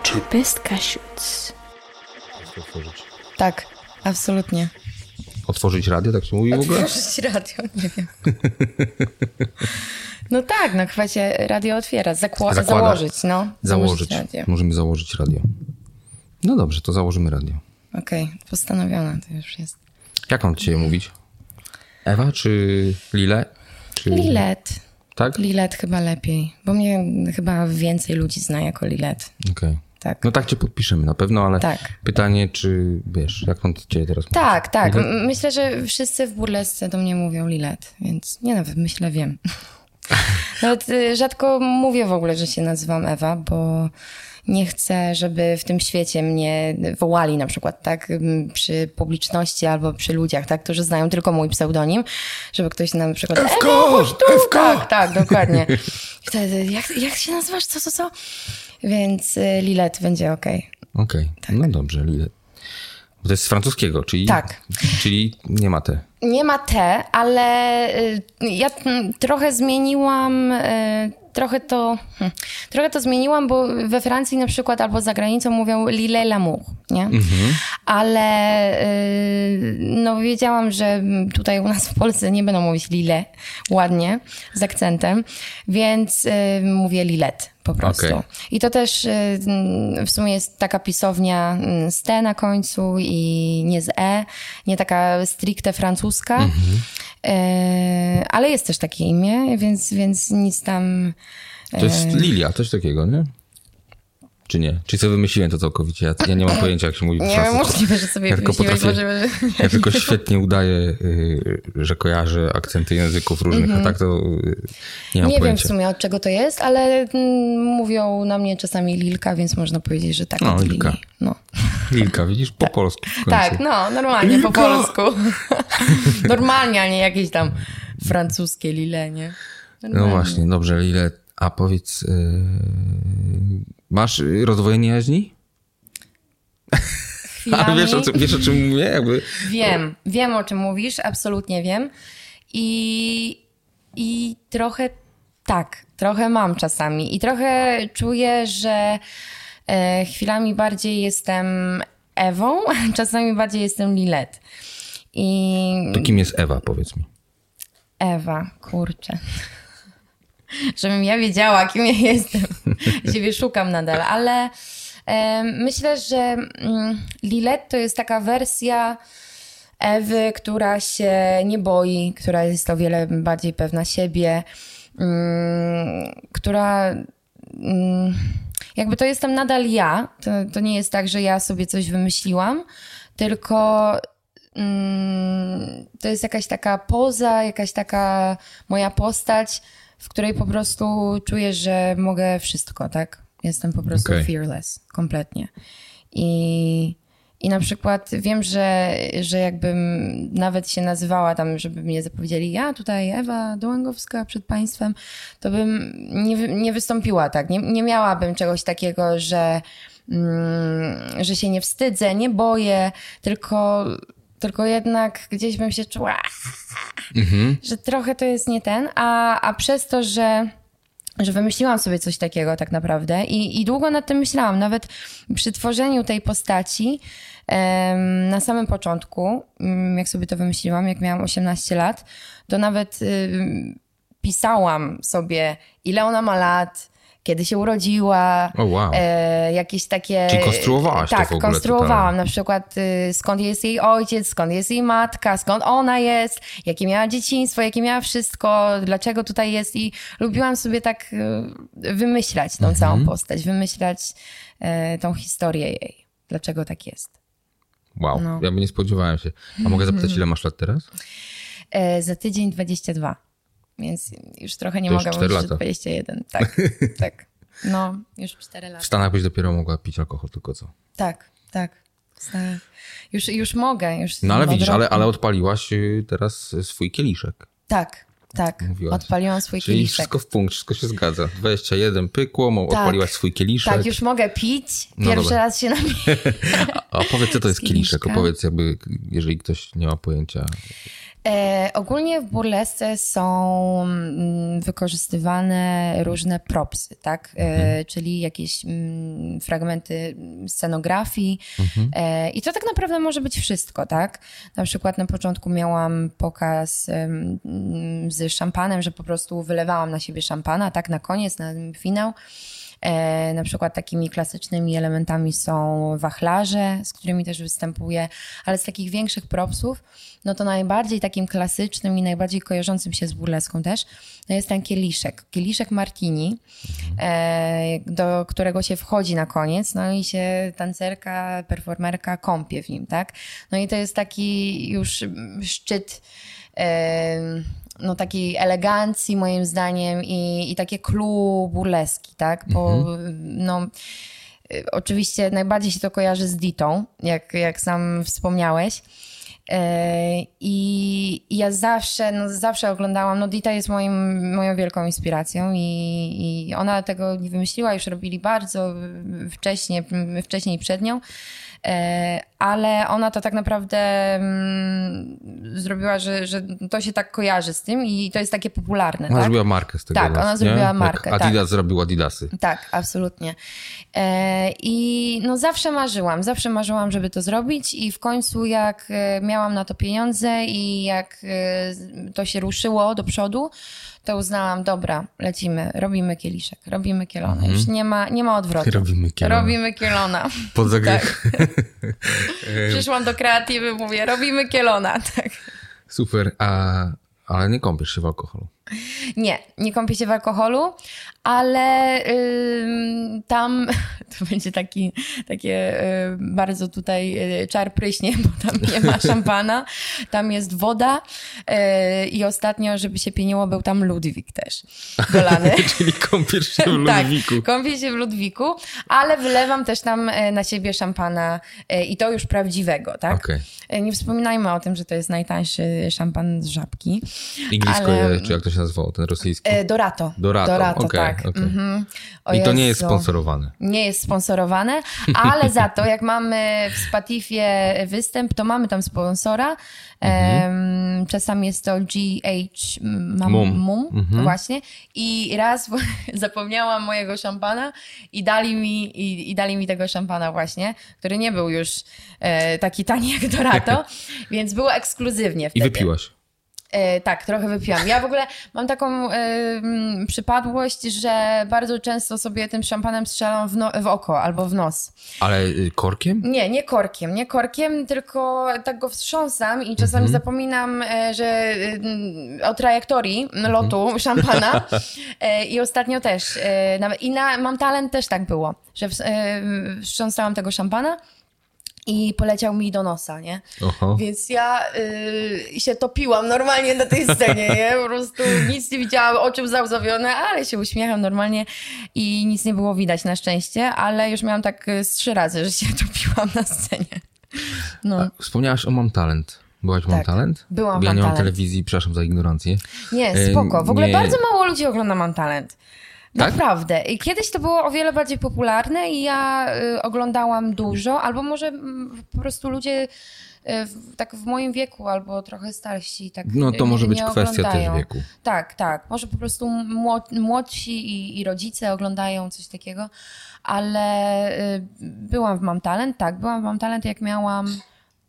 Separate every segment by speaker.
Speaker 1: Czubystka Schutz.
Speaker 2: Otworzyć.
Speaker 1: Tak, absolutnie.
Speaker 2: Otworzyć radio, tak się mówi w ogóle?
Speaker 1: Otworzyć radio, nie wiem. No tak, no chyba się radio otwiera. Założyć, no.
Speaker 2: Założyć.
Speaker 1: Radio.
Speaker 2: Możemy założyć radio. No dobrze, to założymy radio.
Speaker 1: Okej, postanowione to już jest.
Speaker 2: Jak mam cię mówić? Ewa czy Lile? Czy...
Speaker 1: Lilet.
Speaker 2: Tak?
Speaker 1: Lilet chyba lepiej, bo mnie chyba więcej ludzi zna jako Lilet.
Speaker 2: Okej.
Speaker 1: Tak.
Speaker 2: No tak cię podpiszemy na pewno, ale
Speaker 1: Tak.
Speaker 2: pytanie, czy wiesz, jak on cię teraz mówi?
Speaker 1: Tak.
Speaker 2: Lilet?
Speaker 1: Myślę, że wszyscy w burlesce do mnie mówią Lilet, więc nie nawet myślę, wiem. Nawet rzadko mówię w ogóle, że się nazywam Ewa, bo nie chcę, żeby w tym świecie mnie wołali na przykład, tak, przy publiczności albo przy ludziach, tak, którzy znają tylko mój pseudonim, żeby ktoś na przykład chodź tu! Tak, dokładnie. Wtedy, jak się nazywasz? Co? Więc Lilet będzie okej.
Speaker 2: Okej, no dobrze, Lilet. Bo to jest z francuskiego, czyli...
Speaker 1: Tak.
Speaker 2: Czyli nie ma te.
Speaker 1: Nie ma te, ale ja trochę zmieniłam, trochę to zmieniłam, bo we Francji na przykład albo za granicą mówią Lile l'amour, nie? Mhm. Ale no wiedziałam, że tutaj u nas w Polsce nie będą mówić Lile ładnie, z akcentem, więc mówię Lilet po prostu. Okay. I to też w sumie jest taka pisownia z T na końcu i nie z E, nie taka stricte francuska, ale jest też takie imię, więc nic tam...
Speaker 2: To jest Lilia, coś takiego, nie? Czy nie? Czy sobie wymyśliłem to całkowicie? Ja nie mam pojęcia, jak się mówi po francusku.
Speaker 1: Nie, możliwe, że sobie wymyśliłeś.
Speaker 2: Ja tylko świetnie udaję, że kojarzę akcenty języków różnych, a tak to nie mam pojęcia.
Speaker 1: Nie wiem w sumie od czego to jest, ale mówią na mnie czasami Lilka, więc można powiedzieć, że tak.
Speaker 2: No, Lilka.
Speaker 1: No.
Speaker 2: Lilka, widzisz? Po polsku w końcu.
Speaker 1: Tak, no, normalnie Lilka! Po polsku. Normalnie, a nie jakieś tam francuskie Lile, nie? Normalnie.
Speaker 2: No właśnie, dobrze, Lile. A powiedz, masz rozdwojenie jaźni? A wiesz o czym mówię? Jakby...
Speaker 1: Wiem o czym mówisz, absolutnie wiem. I trochę tak, trochę mam czasami. I trochę czuję, że chwilami bardziej jestem Ewą, czasami bardziej jestem Lilet.
Speaker 2: To kim jest Ewa, powiedz mi?
Speaker 1: Ewa, kurczę. Żebym ja wiedziała, kim ja jestem. Siebie szukam nadal, ale myślę, że Lilet to jest taka wersja Ewy, która się nie boi, która jest o wiele bardziej pewna siebie, która jakby to jestem nadal ja. To nie jest tak, że ja sobie coś wymyśliłam, tylko to jest jakaś taka poza, jakaś taka moja postać, w której po prostu czuję, że mogę wszystko, tak? Jestem po prostu fearless, kompletnie. I na przykład wiem, że jakbym nawet się nazywała tam, żeby mnie zapowiedzieli, ja tutaj Ewa Dołęgowska przed państwem, to bym nie wystąpiła tak. Nie miałabym czegoś takiego, że się nie wstydzę, nie boję, tylko jednak gdzieś bym się czuła, że trochę to jest nie ten, a przez to, że wymyśliłam sobie coś takiego tak naprawdę i długo nad tym myślałam. Nawet przy tworzeniu tej postaci na samym początku, jak sobie to wymyśliłam, jak miałam 18 lat, to nawet pisałam sobie, ile ona ma lat, kiedy się urodziła, jakieś takie...
Speaker 2: Czyli konstruowałaś
Speaker 1: tak,
Speaker 2: to w ogóle? Tak,
Speaker 1: konstruowałam. Na przykład skąd jest jej ojciec, skąd jest jej matka, skąd ona jest, jakie miała dzieciństwo, jakie miała wszystko, dlaczego tutaj jest i lubiłam sobie tak wymyślać tą całą postać, wymyślać tą historię jej, dlaczego tak jest.
Speaker 2: Wow, no. Ja by nie spodziewałem się. A mogę zapytać, ile masz lat teraz?
Speaker 1: Za tydzień 22. Więc już trochę nie mogę mówić, że 21. Tak, tak. No, już 4 lata.
Speaker 2: W Stanach byś dopiero mogła pić alkohol, tylko co?
Speaker 1: Tak. Już mogę.
Speaker 2: No ale widzisz, ale odpaliłaś teraz swój kieliszek.
Speaker 1: Tak. Mówiłaś. Odpaliłam swój
Speaker 2: czyli
Speaker 1: kieliszek.
Speaker 2: Wszystko w punkt, wszystko się zgadza. 21 pykło, odpaliłaś swój kieliszek.
Speaker 1: Tak, już mogę pić. Pierwszy raz się napiję.
Speaker 2: A powiedz, co to jest kieliszek? Opowiedz, jakby, jeżeli ktoś nie ma pojęcia.
Speaker 1: Ogólnie w burlesce są wykorzystywane różne propsy, tak? Czyli jakieś fragmenty scenografii i to tak naprawdę może być wszystko, tak? Na przykład na początku miałam pokaz z szampanem, że po prostu wylewałam na siebie szampana, tak? Na koniec, na finał. Na przykład takimi klasycznymi elementami są wachlarze, z którymi też występuję, ale z takich większych propsów, no to najbardziej takim klasycznym i najbardziej kojarzącym się z burleską też, no jest ten kieliszek martini, do którego się wchodzi na koniec, no i się tancerka, performerka kąpie w nim, tak? No i to jest taki już szczyt no takiej elegancji moim zdaniem i takie clue burleski, tak? Bo no oczywiście najbardziej się to kojarzy z Ditą, jak sam wspomniałeś. I ja zawsze oglądałam, no Dita jest moją wielką inspiracją i ona tego nie wymyśliła, już robili bardzo wcześniej przed nią, ale ona to tak naprawdę zrobiła, że to się tak kojarzy z tym i to jest takie popularne.
Speaker 2: Ona zrobiła markę z tego.
Speaker 1: Tak, ona zrobiła markę.
Speaker 2: Jak Adidas zrobił Adidasy.
Speaker 1: Tak, absolutnie. I no zawsze marzyłam, żeby to zrobić i w końcu jak miałam na to pieniądze i jak to się ruszyło do przodu, to uznałam, dobra, lecimy, robimy kieliszek, robimy kielona. Już nie ma odwrotu. Robimy kielona.
Speaker 2: Pod
Speaker 1: tak. Przyszłam do kreatywy, mówię, robimy kielona. Tak.
Speaker 2: Super, ale nie kąpiesz się w alkoholu?
Speaker 1: Nie kąpię się w alkoholu, ale tam to będzie takie bardzo tutaj czar pryśnie, bo tam nie ma szampana, tam jest woda i ostatnio, żeby się pieniło, był tam Ludwik też dolany.
Speaker 2: Czyli kąpiesz się w Ludwiku.
Speaker 1: Tak, kąpię się w Ludwiku, ale wylewam też tam na siebie szampana i to już prawdziwego, tak?
Speaker 2: Okay.
Speaker 1: Nie wspominajmy o tym, że to jest najtańszy szampan z Żabki.
Speaker 2: Iglisko, czy jak to się nazywało, ten rosyjski?
Speaker 1: Dorato,
Speaker 2: okay,
Speaker 1: tak.
Speaker 2: Okay. I to nie jest sponsorowane.
Speaker 1: Nie jest sponsorowane, ale za to jak mamy w Spatifie występ, to mamy tam sponsora. Czasami jest to GH Mum, właśnie. I raz zapomniałam mojego szampana i dali mi tego szampana właśnie, który nie był już taki tani jak Dorato, więc było ekskluzywnie wtedy.
Speaker 2: I wypiłaś?
Speaker 1: Tak, trochę wypiłam. Ja w ogóle mam taką przypadłość, że bardzo często sobie tym szampanem strzelam w oko albo w nos.
Speaker 2: Ale korkiem?
Speaker 1: Nie korkiem, tylko tak go wstrząsam i czasami zapominam, że o trajektorii lotu szampana. I ostatnio też. Mam Talent też tak było, że wstrząsałam tego szampana i poleciał mi do nosa, nie?
Speaker 2: Oho.
Speaker 1: Więc ja się topiłam normalnie na tej scenie, nie? Po prostu nic nie widziałam, oczy łzawione, ale się uśmiecham normalnie i nic nie było widać na szczęście, ale już miałam tak z 3 razy, że się topiłam na scenie. No.
Speaker 2: Wspomniałaś o Mam Talent. Byłaś w Mam Talent?
Speaker 1: Byłam w
Speaker 2: Ja
Speaker 1: Mam
Speaker 2: nie mam
Speaker 1: Talent.
Speaker 2: telewizji, przepraszam za ignorancję.
Speaker 1: Nie, spoko. W ogóle bardzo mało ludzi ogląda Mam Talent.
Speaker 2: Tak?
Speaker 1: Naprawdę. I kiedyś to było o wiele bardziej popularne i ja oglądałam dużo, albo może po prostu ludzie tak w moim wieku, albo trochę starsi. Tak
Speaker 2: no to może być
Speaker 1: nie
Speaker 2: kwestia
Speaker 1: oglądają.
Speaker 2: też wieku.
Speaker 1: Tak. Może po prostu młodsi i rodzice oglądają coś takiego, ale byłam w Mam Talent, byłam w Mam Talent jak miałam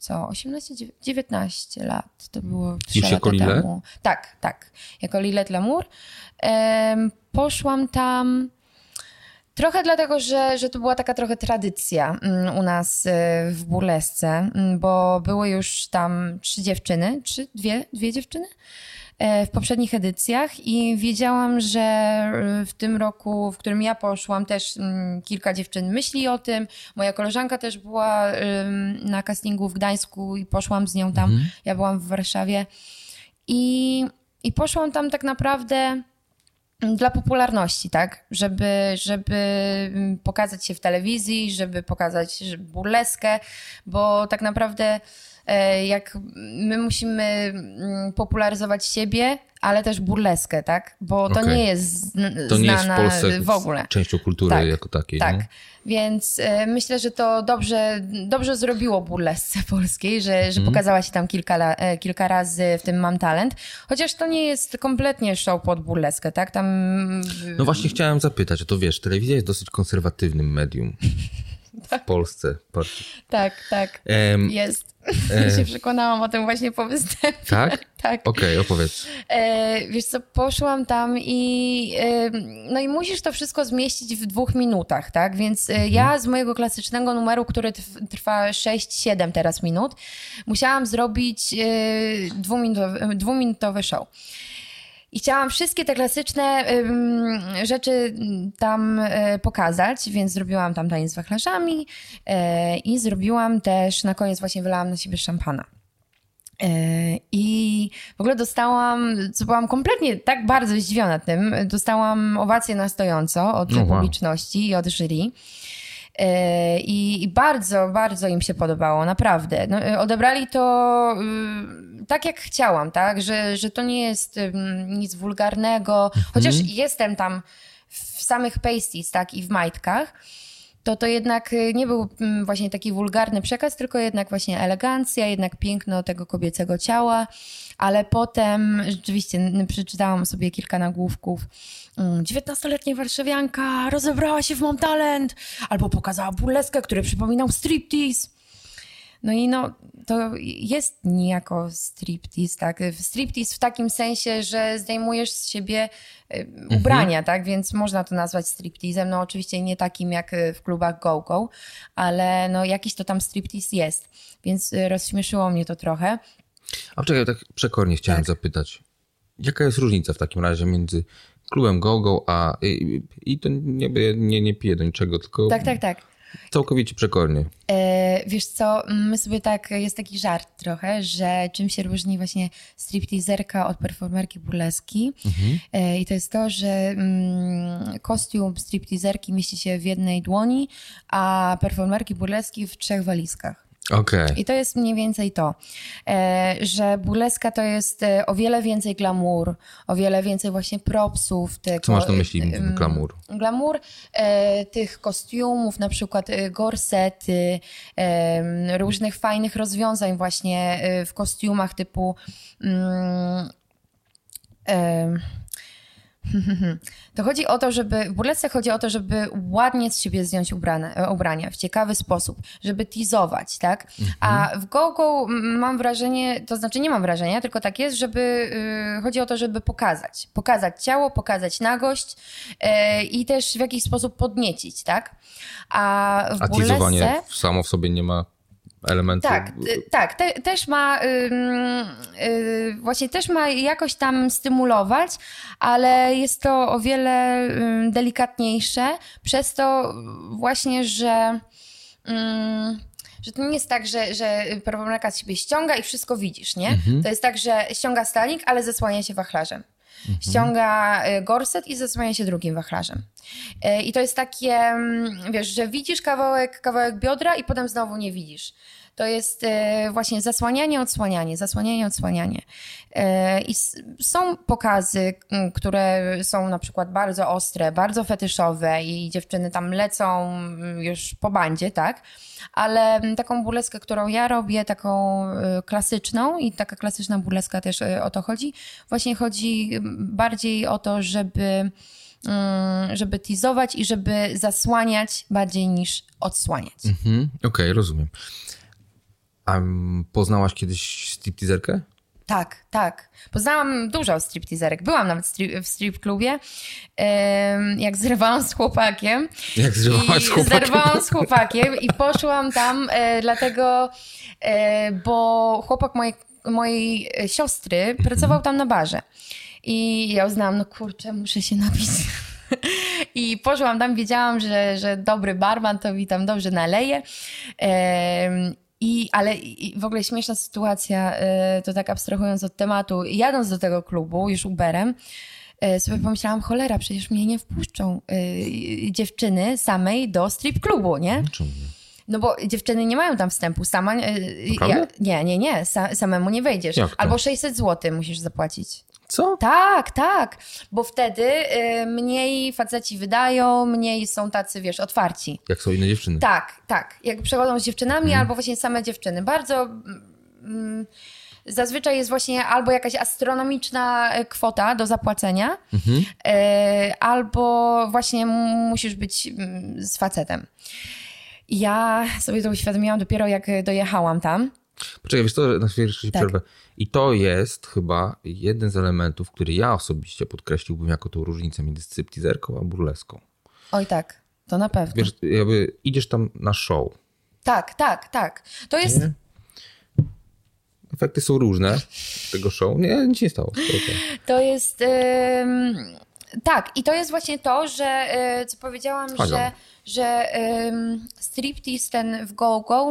Speaker 1: 19 lat. To było 3 lata
Speaker 2: jako Lillet?
Speaker 1: temu. Tak. Jako Lillet Lamour. Poszłam tam trochę dlatego, że to była taka trochę tradycja u nas w burlesce, bo były już tam 3 dziewczyny, dwie dziewczyny w poprzednich edycjach i wiedziałam, że w tym roku, w którym ja poszłam, też kilka dziewczyn myśli o tym. Moja koleżanka też była na castingu w Gdańsku i poszłam z nią tam. Ja byłam w Warszawie i poszłam tam tak naprawdę dla popularności, tak? Żeby pokazać się w telewizji, żeby pokazać burleskę, bo tak naprawdę jak my musimy popularyzować siebie, ale też burleskę, tak? Bo to nie jest
Speaker 2: to nie jest w
Speaker 1: znana
Speaker 2: Polsce
Speaker 1: w ogóle.
Speaker 2: częścią kultury jako takiej.
Speaker 1: Tak,
Speaker 2: nie?
Speaker 1: Więc myślę, że to dobrze zrobiło burlesce polskiej, że pokazała się tam kilka razy, w tym Mam Talent. Chociaż to nie jest kompletnie show pod burleskę, tak? Tam...
Speaker 2: No właśnie chciałem zapytać, to wiesz, telewizja jest dosyć konserwatywnym medium w Polsce.
Speaker 1: Tak, jest. Się przekonałam o tym właśnie po występie.
Speaker 2: Tak?
Speaker 1: Tak.
Speaker 2: Okej, opowiedz.
Speaker 1: Wiesz co, poszłam tam i no i musisz to wszystko zmieścić w 2 minutach, tak? Więc ja z mojego klasycznego numeru, który trwa 6-7 teraz minut, musiałam zrobić 2-minutowy show. I chciałam wszystkie te klasyczne rzeczy tam pokazać, więc zrobiłam tam taniec z wachlarzami i zrobiłam też, na koniec właśnie wylałam na siebie szampana. I w ogóle dostałam, co byłam kompletnie tak bardzo zdziwiona tym, dostałam owację na stojąco od publiczności i od jury. I bardzo, bardzo im się podobało, naprawdę. No, odebrali to tak, jak chciałam, tak? Że to nie jest nic wulgarnego, chociaż jestem tam w samych pasties, tak? I w majtkach, to jednak nie był właśnie taki wulgarny przekaz, tylko jednak właśnie elegancja, jednak piękno tego kobiecego ciała, ale potem rzeczywiście przeczytałam sobie kilka nagłówków. 19-letnia warszawianka rozebrała się w Mam Talent, albo pokazała burleskę, który przypominał striptease. No i to jest niejako striptease, tak? Striptease w takim sensie, że zdejmujesz z siebie ubrania, tak? Więc można to nazwać stripteasem. No oczywiście nie takim jak w klubach go-go, ale no jakiś to tam striptease jest. Więc rozśmieszyło mnie to trochę.
Speaker 2: A czekaj, tak przekornie chciałem zapytać. Jaka jest różnica w takim razie między klubem go-go a... I to nie piję do niczego, tylko...
Speaker 1: Tak.
Speaker 2: Całkowicie przekornie.
Speaker 1: Wiesz co, my sobie jest taki żart trochę, że czym się różni właśnie stripteaserka od performerki burleski. I to jest to, że kostium stripteaserki mieści się w jednej dłoni, a performerki burleski w 3 walizkach.
Speaker 2: Okay.
Speaker 1: I to jest mniej więcej to, że burleska to jest o wiele więcej glamour, o wiele więcej właśnie propsów.
Speaker 2: Co masz na myśli glamour?
Speaker 1: Glamour tych kostiumów, na przykład gorsety, różnych fajnych rozwiązań właśnie w kostiumach typu... To chodzi o to, w burlesce chodzi o to, żeby ładnie z siebie zdjąć ubrania w ciekawy sposób, żeby teasować, tak? A w go-go mam wrażenie, to znaczy nie mam wrażenia, tylko tak jest, chodzi o to, żeby pokazać ciało, pokazać nagość i też w jakiś sposób podniecić, tak? A w burlesce...
Speaker 2: teasowanie samo w sobie nie ma elementu...
Speaker 1: Tak, też ma właśnie też ma jakoś tam stymulować, ale jest to o wiele delikatniejsze, przez to właśnie, że to nie jest tak, że performerka z siebie ściąga i wszystko widzisz, nie? To jest tak, że ściąga stanik, ale zasłania się wachlarzem. Ściąga gorset i zasłania się drugim wachlarzem. I to jest takie, wiesz, że widzisz kawałek biodra i potem znowu nie widzisz. To jest właśnie zasłanianie, odsłanianie. I są pokazy, które są na przykład bardzo ostre, bardzo fetyszowe i dziewczyny tam lecą już po bandzie, tak? Ale taką burleskę, którą ja robię, taką klasyczną i taka klasyczna burleska też o to chodzi. Właśnie chodzi bardziej o to, żeby teasować i żeby zasłaniać bardziej niż odsłaniać.
Speaker 2: Okej, rozumiem. A poznałaś kiedyś stripteaserkę?
Speaker 1: Tak. Poznałam dużo stripteaserek. Byłam nawet w strip klubie, jak zerwałam z chłopakiem. Zerwałam z chłopakiem i poszłam tam dlatego, bo chłopak mojej siostry pracował tam na barze. I ja uznałam, muszę się napić. I poszłam tam, wiedziałam, że dobry barman to mi tam dobrze naleje. Ale w ogóle śmieszna sytuacja, to tak abstrahując od tematu, jadąc do tego klubu już Uberem, sobie pomyślałam, cholera, przecież mnie nie wpuszczą dziewczyny samej do strip klubu, nie?
Speaker 2: Czemu nie?
Speaker 1: No bo dziewczyny nie mają tam wstępu. Sama... Nie. Samemu nie wejdziesz. Albo 600 zł musisz zapłacić.
Speaker 2: Co?
Speaker 1: Tak. Bo wtedy mniej faceci wydają, mniej są tacy, wiesz, otwarci.
Speaker 2: Jak są inne dziewczyny.
Speaker 1: Tak. Jak przechodzą z dziewczynami, albo właśnie same dziewczyny. Bardzo... Zazwyczaj jest właśnie albo jakaś astronomiczna kwota do zapłacenia, albo właśnie musisz być z facetem. Ja sobie to uświadomiłam dopiero jak dojechałam tam.
Speaker 2: Poczekaj, wiesz co, na chwilę przerwę. I to jest chyba jeden z elementów, który ja osobiście podkreśliłbym jako tą różnicę między stripteaserką a burleską.
Speaker 1: Oj tak, to na pewno.
Speaker 2: Wiesz, jakby idziesz tam na show.
Speaker 1: Tak. To jest...
Speaker 2: Nie? Efekty są różne tego show. Nie, nic nie stało.
Speaker 1: To jest... Tak, i to jest właśnie to, że co powiedziałam, że striptease ten w go-go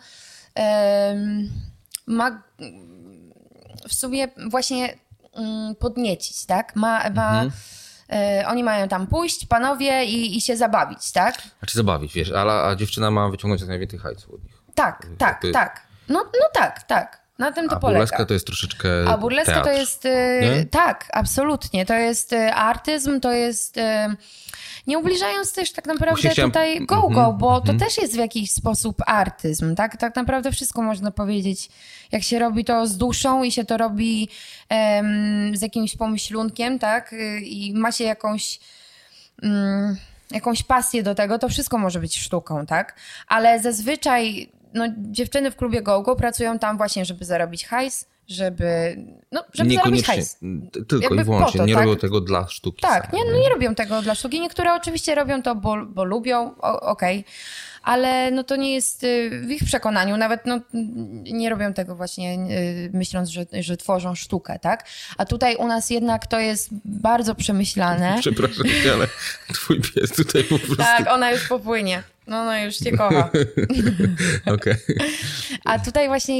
Speaker 1: ma w sumie właśnie podniecić, tak? Oni mają tam pójść, panowie, i się zabawić, tak?
Speaker 2: Znaczy zabawić, wiesz, a dziewczyna ma wyciągnąć jak najwięcej hajsu od nich.
Speaker 1: Tak. No tak. Na tym to polega.
Speaker 2: A burleska to jest troszeczkę
Speaker 1: A burleska
Speaker 2: teatr.
Speaker 1: to jest... Tak, absolutnie. To jest artyzm, to jest... Nie ubliżając też tak naprawdę tutaj go-go, bo to też jest w jakiś sposób artyzm, tak? Tak naprawdę wszystko można powiedzieć, jak się robi to z duszą i się to robi z jakimś pomyślunkiem, tak? I ma się jakąś pasję do tego, to wszystko może być sztuką, tak? Ale zazwyczaj dziewczyny w klubie go-go pracują tam właśnie, żeby zarobić hajs, żeby zarobić hajs.
Speaker 2: Tylko jakby i wyłącznie. Nie robią tego dla sztuki.
Speaker 1: Tak, nie robią tego dla sztuki. Niektóre oczywiście robią to, bo lubią, okej. Ale to nie jest w ich przekonaniu. Nawet nie robią tego właśnie myśląc, że tworzą sztukę, tak? A tutaj u nas jednak to jest bardzo przemyślane.
Speaker 2: Przepraszam, ale twój pies tutaj po prostu...
Speaker 1: Tak, ona już popłynie. No już cię kocha.
Speaker 2: Okay.
Speaker 1: A tutaj właśnie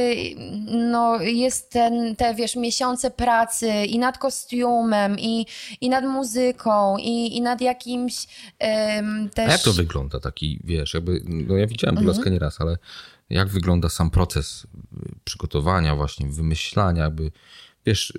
Speaker 1: jest te wiesz, miesiące pracy i nad kostiumem, i nad muzyką, i nad jakimś też...
Speaker 2: A jak to wygląda taki, wiesz, jakby, ja widziałem burleskę nieraz, ale jak wygląda sam proces przygotowania właśnie, wymyślania, jakby, wiesz,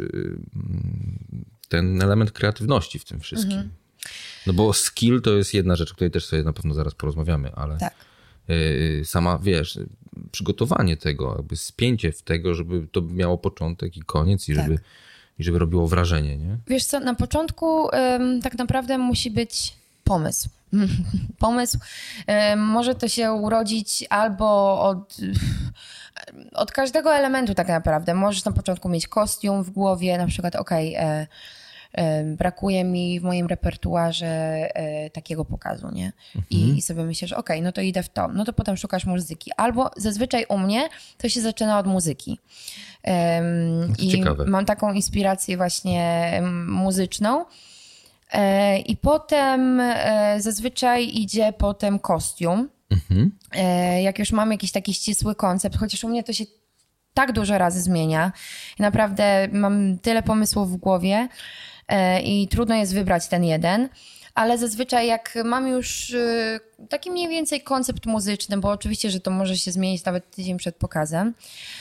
Speaker 2: ten element kreatywności w tym wszystkim. No bo skill to jest jedna rzecz, o której też sobie na pewno zaraz porozmawiamy, ale tak. Sama, wiesz, przygotowanie tego, jakby spięcie w tego, żeby to miało początek i koniec i żeby robiło wrażenie, nie?
Speaker 1: Wiesz co, na początku tak naprawdę musi być pomysł. Pomysł. Może to się urodzić albo od każdego elementu tak naprawdę. Możesz na początku mieć kostium w głowie, na przykład brakuje mi w moim repertuarze takiego pokazu, nie? I sobie myślisz, no to idę w to. No to potem szukasz muzyki. Albo zazwyczaj u mnie to się zaczyna od muzyki. I ciekawe. Mam taką inspirację właśnie muzyczną. I potem zazwyczaj idzie potem kostium. Jak już mam jakiś taki ścisły koncept, chociaż u mnie to się tak dużo razy zmienia. I naprawdę mam tyle pomysłów w głowie i trudno jest wybrać ten jeden. Ale zazwyczaj jak mam już taki mniej więcej koncept muzyczny, bo oczywiście, że to może się zmienić nawet tydzień przed pokazem,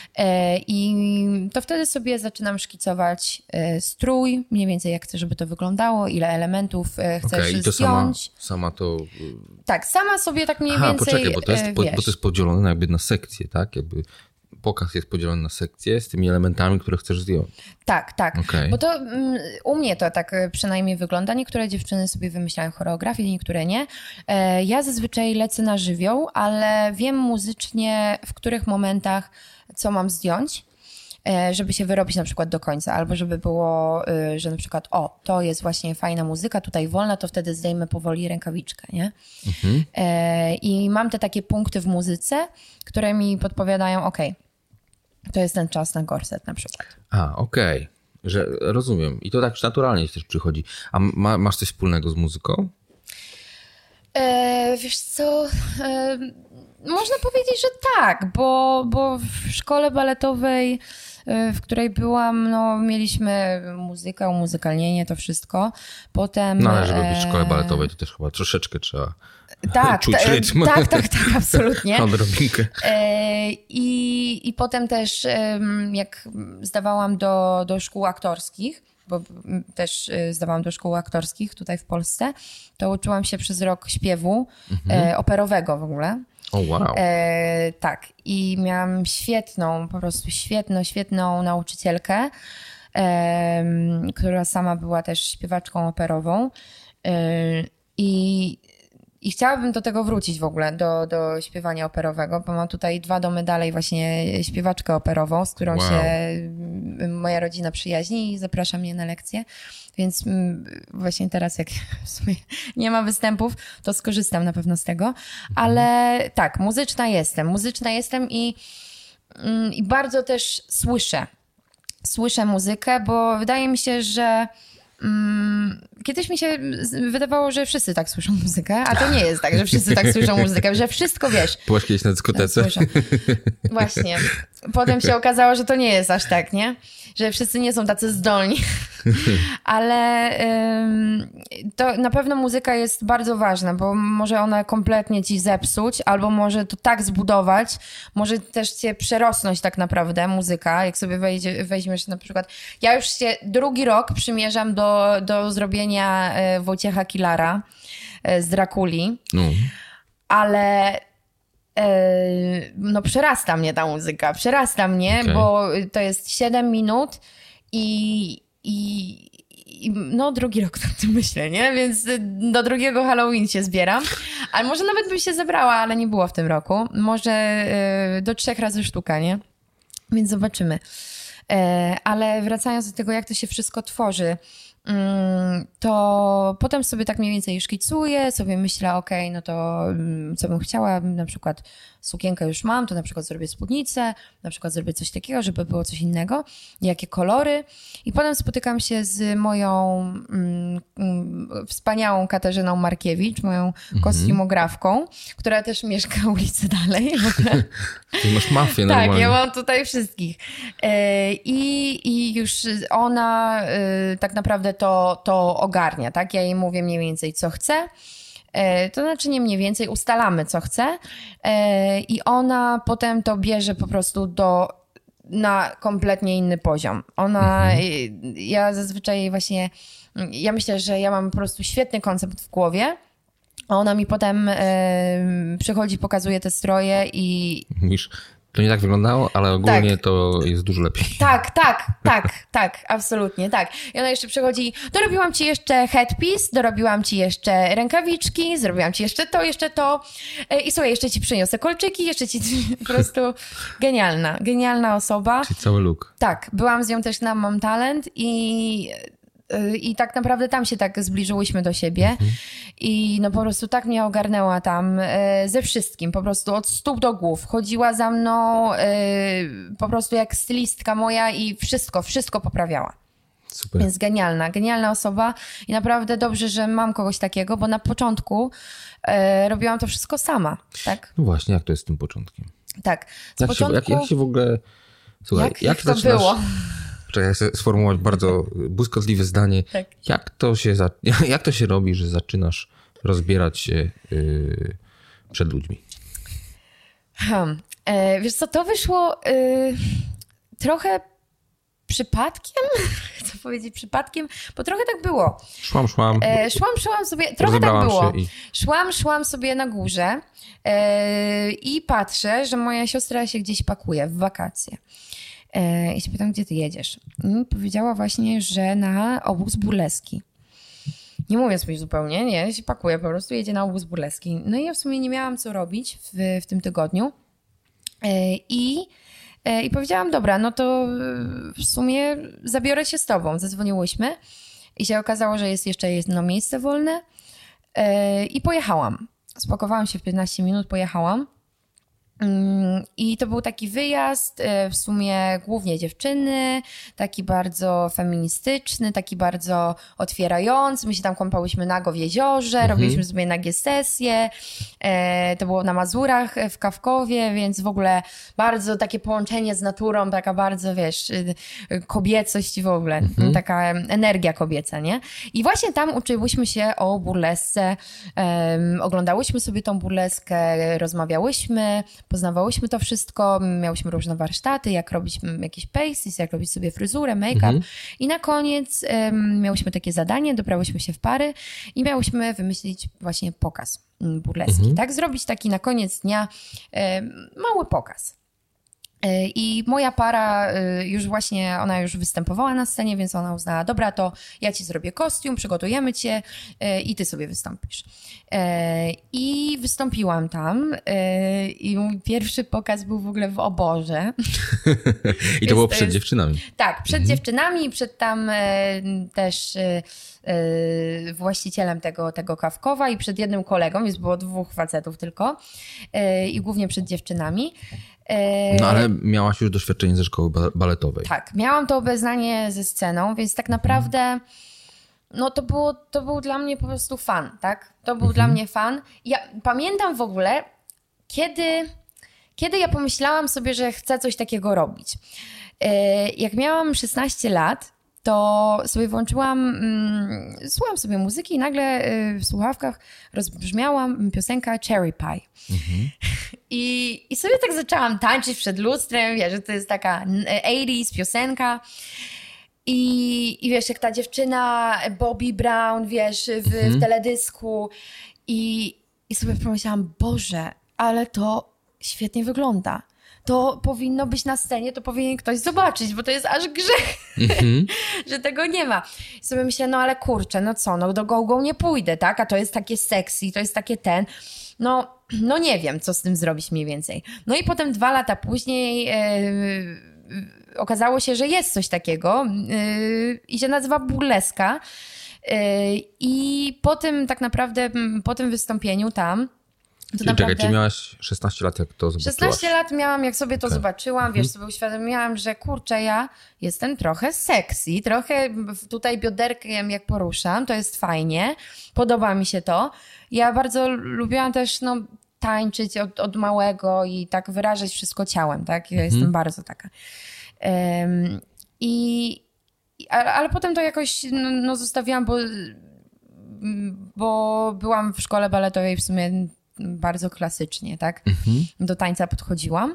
Speaker 1: i to wtedy sobie zaczynam szkicować strój, mniej więcej jak chcę, żeby to wyglądało, ile elementów chcesz
Speaker 2: i to
Speaker 1: zdjąć.
Speaker 2: Sama to...
Speaker 1: Tak, sama sobie tak mniej więcej,
Speaker 2: poczekaj, bo to jest podzielone jakby na sekcje, tak? Jakby pokaz jest podzielony na sekcje z tymi elementami, które chcesz zdjąć.
Speaker 1: Tak. Okay. Bo to u mnie to tak przynajmniej wygląda. Niektóre dziewczyny sobie wymyślają choreografię, niektóre nie. Ja zazwyczaj lecę na żywioł, ale wiem muzycznie, w których momentach co mam zdjąć, żeby się wyrobić na przykład do końca, albo żeby było, że na przykład to jest właśnie fajna muzyka, tutaj wolna, to wtedy zdejmę powoli rękawiczkę, nie? I mam te takie punkty w muzyce, które mi podpowiadają, to jest ten czas na gorset na przykład.
Speaker 2: Okej. Że rozumiem. I to tak już naturalnie też przychodzi. A masz coś wspólnego z muzyką?
Speaker 1: Wiesz co... można powiedzieć, że tak, bo w szkole baletowej, w której byłam, no mieliśmy muzykę, umuzykalnienie, to wszystko. Potem...
Speaker 2: No ale żeby być w szkole baletowej, to też chyba troszeczkę trzeba czuć rytm.
Speaker 1: Tak, absolutnie.
Speaker 2: Odrobinkę.
Speaker 1: I potem też jak zdawałam do szkół aktorskich, bo też zdawałam do szkół aktorskich tutaj w Polsce, to uczyłam się przez rok śpiewu operowego w ogóle.
Speaker 2: O, wow.
Speaker 1: Tak. I miałam po prostu świetną nauczycielkę, która sama była też śpiewaczką operową. I chciałabym do tego wrócić w ogóle, do śpiewania operowego, bo mam tutaj 2 domy dalej właśnie śpiewaczkę operową, z którą się moja rodzina przyjaźni i zaprasza mnie na lekcje. Więc właśnie teraz, jak w sumie nie ma występów, to skorzystam na pewno z tego. Ale tak, muzyczna jestem i bardzo też słyszę muzykę, bo wydaje mi się, że kiedyś mi się wydawało, że wszyscy tak słyszą muzykę, a to nie jest tak, że wszyscy tak słyszą muzykę, że wszystko wiesz.
Speaker 2: Byłaś kiedyś na dyskotece?
Speaker 1: Właśnie. Potem się okazało, że to nie jest aż tak, nie? Że wszyscy nie są tacy zdolni. Ale to na pewno muzyka jest bardzo ważna, bo może ona kompletnie ci zepsuć, albo może to tak zbudować, może też cię przerosnąć tak naprawdę muzyka, jak sobie weźmiesz na przykład. Ja już się 2. rok przymierzam do zrobienia Wojciecha Kilara z Drakuli, ale no przerasta mnie ta muzyka, bo to jest 7 minut i no 2. rok nad tym myślę, nie? Więc do 2. Halloween się zbieram. Ale może nawet bym się zebrała, ale nie było w tym roku. Może do 3 razy sztuka, nie? Więc zobaczymy. Ale wracając do tego, jak to się wszystko tworzy, to potem sobie tak mniej więcej szkicuję, sobie myślę, okej, no to co bym chciała, na przykład sukienkę już mam, to na przykład zrobię spódnicę, na przykład zrobię coś takiego, żeby było coś innego, jakie kolory i potem spotykam się z moją wspaniałą Katarzyną Markiewicz, moją kostiumografką, która też mieszka ulicy dalej w ogóle.
Speaker 2: Ty masz mafię normalnie.
Speaker 1: Tak, ja mam tutaj wszystkich. I już ona tak naprawdę to ogarnia, tak? Ja jej mówię mniej więcej, co chcę. To znaczy nie mniej więcej, ustalamy, co chcę. I ona potem to bierze po prostu na kompletnie inny poziom. Ja zazwyczaj właśnie, ja myślę, że ja mam po prostu świetny koncept w głowie, a ona mi potem przychodzi, pokazuje te stroje i...
Speaker 2: Mówisz, to nie tak wyglądało, ale ogólnie to jest dużo lepiej.
Speaker 1: Tak, absolutnie, tak. I ona jeszcze przychodzi, dorobiłam ci jeszcze headpiece, dorobiłam ci jeszcze rękawiczki, zrobiłam ci jeszcze to. I słuchaj, jeszcze ci przyniosę kolczyki, jeszcze ci po prostu genialna osoba.
Speaker 2: Czyli cały look.
Speaker 1: Tak, byłam z nią też na Mam Talent i tak naprawdę tam się tak zbliżyłyśmy do siebie i no po prostu tak mnie ogarnęła tam ze wszystkim, po prostu od stóp do głów. Chodziła za mną po prostu jak stylistka moja i wszystko poprawiała.
Speaker 2: Super.
Speaker 1: Więc genialna osoba i naprawdę dobrze, że mam kogoś takiego, bo na początku robiłam to wszystko sama, tak?
Speaker 2: No właśnie, jak to jest z tym początkiem?
Speaker 1: Tak.
Speaker 2: Jak się w ogóle... Słuchaj,
Speaker 1: jak to było?
Speaker 2: Ja chcę sformułować bardzo błyskotliwe zdanie.
Speaker 1: Tak.
Speaker 2: Jak to się robi, że zaczynasz rozbierać się przed ludźmi?
Speaker 1: Wiesz co, to wyszło trochę przypadkiem, chcę powiedzieć przypadkiem, bo trochę tak było.
Speaker 2: Szłam
Speaker 1: sobie, trochę tak było.
Speaker 2: I...
Speaker 1: Szłam sobie na górze i patrzę, że moja siostra się gdzieś pakuje w wakacje. I się pytam, gdzie ty jedziesz? I powiedziała właśnie, że na obóz burleski. Nie mówiąc mi zupełnie, nie, się pakuje, po prostu jedzie na obóz burleski. No i ja w sumie nie miałam co robić w tym tygodniu. I powiedziałam, dobra, no to w sumie zabiorę się z tobą. Zadzwoniłyśmy i się okazało, że jest jeszcze jedno miejsce wolne i pojechałam. Spakowałam się w 15 minut, pojechałam. I to był taki wyjazd, w sumie głównie dziewczyny, taki bardzo feministyczny, taki bardzo otwierający. My się tam kąpałyśmy nago w jeziorze, robiliśmy sobie nagie sesje. To było na Mazurach, w Kawkowie, więc w ogóle bardzo takie połączenie z naturą, taka bardzo, wiesz, kobiecość w ogóle, taka energia kobieca, nie? I właśnie tam uczyłyśmy się o burlesce, oglądałyśmy sobie tą burleskę, rozmawiałyśmy, poznawałyśmy to wszystko, miałyśmy różne warsztaty, jak robić jakieś pasties, jak robić sobie fryzurę, make-up i na koniec miałyśmy takie zadanie, dobrałyśmy się w pary i miałyśmy wymyślić właśnie pokaz burleski, tak? Zrobić taki na koniec dnia mały pokaz. I moja para już właśnie, ona już występowała na scenie, więc ona uznała, dobra, to ja ci zrobię kostium, przygotujemy cię i ty sobie wystąpisz. I wystąpiłam tam i mój pierwszy pokaz był w ogóle w oborze.
Speaker 2: I to było przed dziewczynami.
Speaker 1: Tak, przed dziewczynami i przed tam też właścicielem tego Kawkowa i przed jednym kolegą, więc było 2 facetów tylko i głównie przed dziewczynami.
Speaker 2: No ale miałaś już doświadczenie ze szkoły baletowej.
Speaker 1: Tak, miałam to obeznanie ze sceną, więc tak naprawdę no to był dla mnie po prostu fan, tak? To był dla mnie fan. Ja pamiętam w ogóle, kiedy ja pomyślałam sobie, że chcę coś takiego robić. Jak miałam 16 lat, to sobie włączyłam, słuchałam sobie muzyki i nagle w słuchawkach rozbrzmiała piosenka Cherry Pie. I sobie tak zaczęłam tańczyć przed lustrem, wiesz, że to jest taka 80s piosenka. I wiesz, jak ta dziewczyna Bobby Brown, wiesz, w teledysku i sobie pomyślałam, Boże, ale to świetnie wygląda. To powinno być na scenie, to powinien ktoś zobaczyć, bo to jest aż grzech, że tego nie ma. I sobie myślę, no ale kurczę, no co, no do go nie pójdę, tak? A to jest takie sexy, to jest takie no nie wiem, co z tym zrobić mniej więcej. No i potem 2 lata później okazało się, że jest coś takiego i się nazywa burleska. I po tym tak naprawdę, po tym wystąpieniu tam,
Speaker 2: czyli naprawdę... czekaj, czy miałaś 16 lat, jak to zobaczyłaś?
Speaker 1: 16 lat miałam, jak sobie to zobaczyłam, wiesz, sobie uświadomiłam, że kurczę, ja jestem trochę sexy, trochę tutaj bioderkiem jak poruszam, to jest fajnie, podoba mi się to. Ja bardzo lubiłam też, tańczyć od małego i tak wyrażać wszystko ciałem, tak? Ja jestem bardzo taka. Ale potem to jakoś zostawiłam, bo byłam w szkole baletowej w sumie bardzo klasycznie, tak? Do tańca podchodziłam.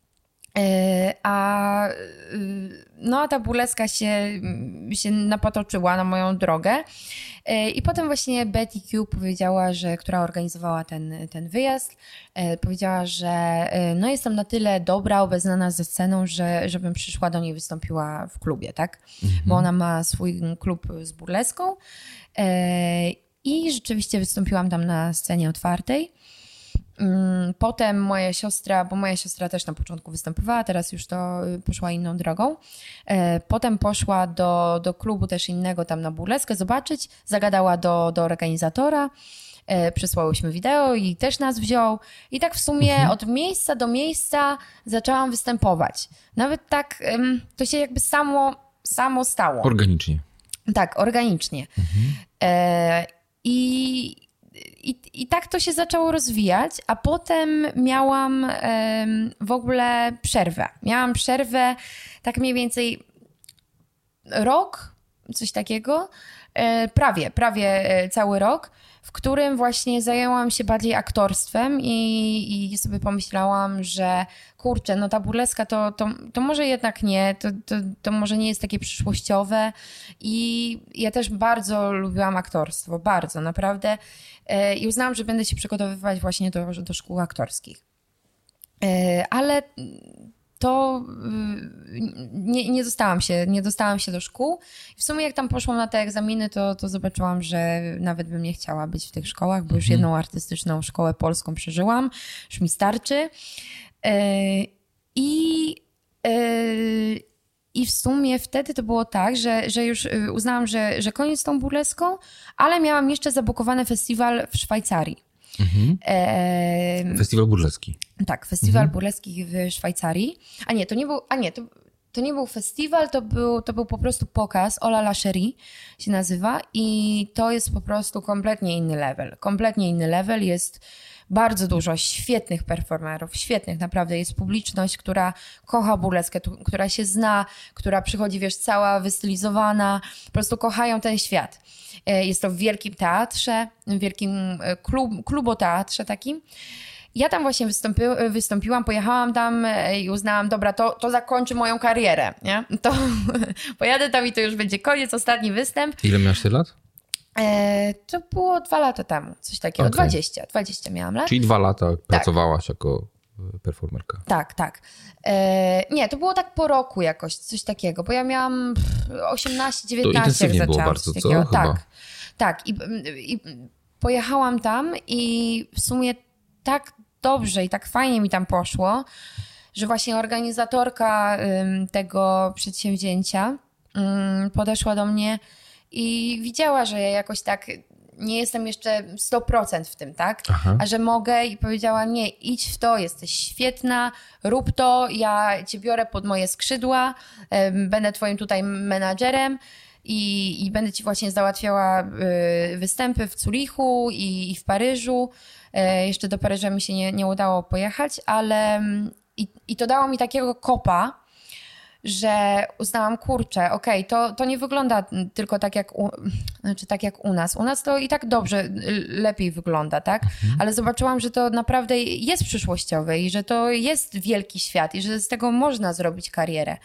Speaker 1: A ta burleska się napatoczyła na moją drogę. I potem właśnie Betty Q powiedziała, która organizowała ten wyjazd, powiedziała, że jestem na tyle dobra, obeznana ze sceną, żebym przyszła do niej, wystąpiła w klubie, tak? Bo ona ma swój klub z burleską. I rzeczywiście wystąpiłam tam na scenie otwartej. Potem moja siostra, bo moja siostra też na początku występowała, teraz już to poszła inną drogą. Potem poszła do klubu też innego tam na burleskę zobaczyć, zagadała do organizatora, przysłałyśmy wideo i też nas wziął. I tak w sumie od miejsca do miejsca zaczęłam występować. Nawet tak to się jakby samo stało.
Speaker 2: Organicznie.
Speaker 1: Tak, organicznie. I tak to się zaczęło rozwijać, a potem miałam w ogóle przerwę. Miałam przerwę tak mniej więcej rok, coś takiego, prawie cały rok, w którym właśnie zajęłam się bardziej aktorstwem i sobie pomyślałam, że kurczę, ta burleska to może jednak nie, to może nie jest takie przyszłościowe i ja też bardzo lubiłam aktorstwo, bardzo naprawdę i uznałam, że będę się przygotowywać właśnie do szkół aktorskich. Ale to nie dostałam się do szkół. W sumie jak tam poszłam na te egzaminy, to zobaczyłam, że nawet bym nie chciała być w tych szkołach, bo już jedną artystyczną szkołę polską przeżyłam, już mi starczy. I w sumie wtedy to było tak, że już uznałam, że koniec z tą burleską, ale miałam jeszcze zabukowany festiwal w Szwajcarii.
Speaker 2: Festiwal burleski.
Speaker 1: Tak, festiwal burleski w Szwajcarii. To nie był festiwal, to był po prostu pokaz. Ola La Cherie się nazywa i to jest po prostu kompletnie inny level. Kompletnie inny level. Jest bardzo dużo świetnych performerów, świetnych naprawdę. Jest publiczność, która kocha burleskę, która się zna, która przychodzi, wiesz, cała wystylizowana. Po prostu kochają ten świat. Jest to w wielkim teatrze, w wielkim kluboteatrze takim. Ja tam właśnie wystąpiłam, pojechałam tam i uznałam, dobra, to zakończy moją karierę, nie? To pojadę tam i to już będzie koniec, ostatni występ.
Speaker 2: Ile miałaś lat?
Speaker 1: To było 2 lata temu, coś takiego,
Speaker 2: Okay.
Speaker 1: 20 miałam lat.
Speaker 2: Czyli 2 lata pracowałaś jako performerka.
Speaker 1: Tak. Nie, to było tak po roku jakoś, coś takiego, bo ja miałam 18-19
Speaker 2: to intensywnie
Speaker 1: jak
Speaker 2: było
Speaker 1: zaczęłam.
Speaker 2: bardzo, co? Chyba.
Speaker 1: Tak. I pojechałam tam i w sumie tak dobrze i tak fajnie mi tam poszło, że właśnie organizatorka tego przedsięwzięcia podeszła do mnie i widziała, że ja jakoś tak nie jestem jeszcze 100% w tym, tak?
Speaker 2: Aha.
Speaker 1: A że mogę i powiedziała, nie, idź w to, jesteś świetna, rób to, ja cię biorę pod moje skrzydła, będę twoim tutaj menadżerem i będę ci właśnie załatwiała występy w Zulichu i w Paryżu. Jeszcze do Paryża mi się nie udało pojechać, ale i to dało mi takiego kopa, że uznałam, kurczę, okej, to nie wygląda tylko tak jak u nas. U nas to i tak dobrze, lepiej wygląda, tak? Ale zobaczyłam, że to naprawdę jest przyszłościowe i że to jest wielki świat i że z tego można zrobić karierę.